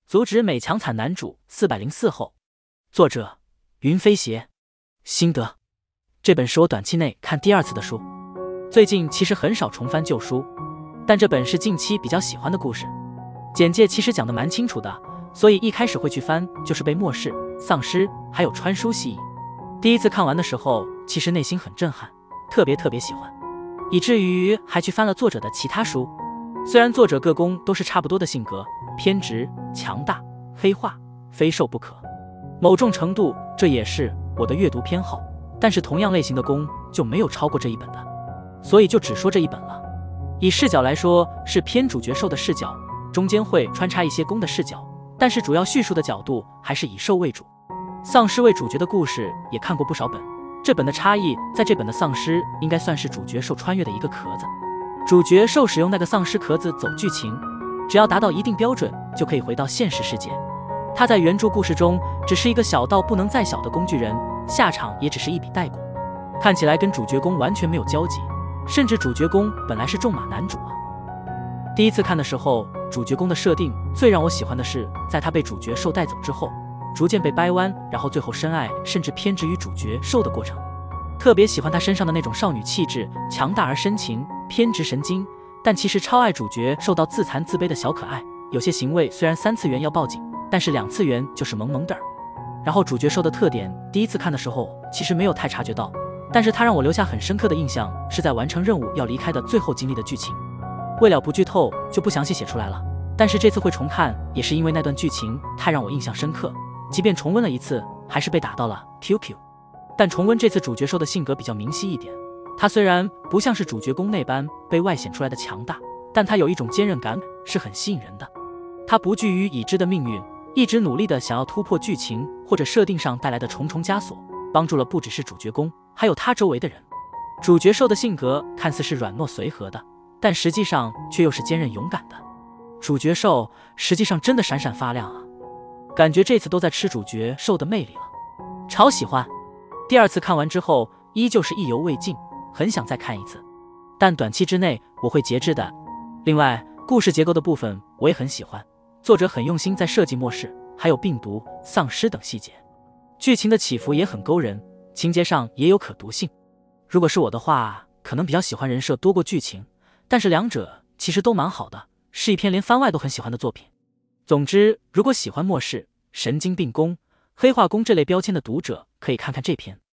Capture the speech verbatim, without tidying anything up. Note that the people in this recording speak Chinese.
阻止美强惨男主四百零四后，作者云飞鞋。心得：这本是我短期内看第二次的书。最近其实很少重翻旧书，但这本是近期比较喜欢的故事。简介其实讲得蛮清楚的，所以一开始会去翻，就是被末世、丧尸还有川书吸引。第一次看完的时候，其实内心很震撼，特别特别喜欢，以至于还去翻了作者的其他书。虽然作者各宫都是差不多的性格，偏执、强大、黑化，非受不可。某种程度，这也是我的阅读偏好。但是同样类型的宫就没有超过这一本的，所以就只说这一本了。以视角来说，是偏主角受的视角，中间会穿插一些宫的视角，但是主要叙述的角度还是以受为主。丧尸为主角的故事也看过不少本，这本的差异在这本的丧尸应该算是主角受穿越的一个壳子。主角受使用那个丧尸壳子走剧情，只要达到一定标准就可以回到现实世界。他在原著故事中只是一个小到不能再小的工具人，下场也只是一笔带过，看起来跟主角公完全没有交集，甚至主角公本来是重马男主啊。第一次看的时候，主角公的设定最让我喜欢的是，在他被主角受带走之后，逐渐被掰弯，然后最后深爱甚至偏执于主角受的过程。特别喜欢他身上的那种少女气质，强大而深情，偏执神经，但其实超爱主角受到自残自卑的小可爱。有些行为虽然三次元要报警，但是两次元就是萌萌的。然后主角受的特点，第一次看的时候其实没有太察觉到，但是他让我留下很深刻的印象，是在完成任务要离开的最后经历的剧情。为了不剧透，就不详细写出来了。但是这次会重看，也是因为那段剧情太让我印象深刻，即便重温了一次，还是被打到了 Q Q。但重温这次主角受的性格比较明晰一点，他虽然不像是主角公那般被外显出来的强大，但他有一种坚韧感，是很吸引人的。他不惧于已知的命运，一直努力的想要突破剧情或者设定上带来的重重枷锁，帮助了不只是主角公，还有他周围的人。主角受的性格看似是软糯随和的，但实际上却又是坚韧勇敢的。主角受实际上真的闪闪发亮啊，感觉这次都在吃主角受的魅力了，超喜欢。第二次看完之后，依旧是意犹未尽，很想再看一次，但短期之内我会节制的。另外，故事结构的部分我也很喜欢，作者很用心在设计末世还有病毒、丧尸等细节，剧情的起伏也很勾人，情节上也有可读性。如果是我的话，可能比较喜欢人设多过剧情，但是两者其实都蛮好的，是一篇连番外都很喜欢的作品。总之，如果喜欢末世、神经病宫、黑化宫这类标签的读者，可以看看这篇。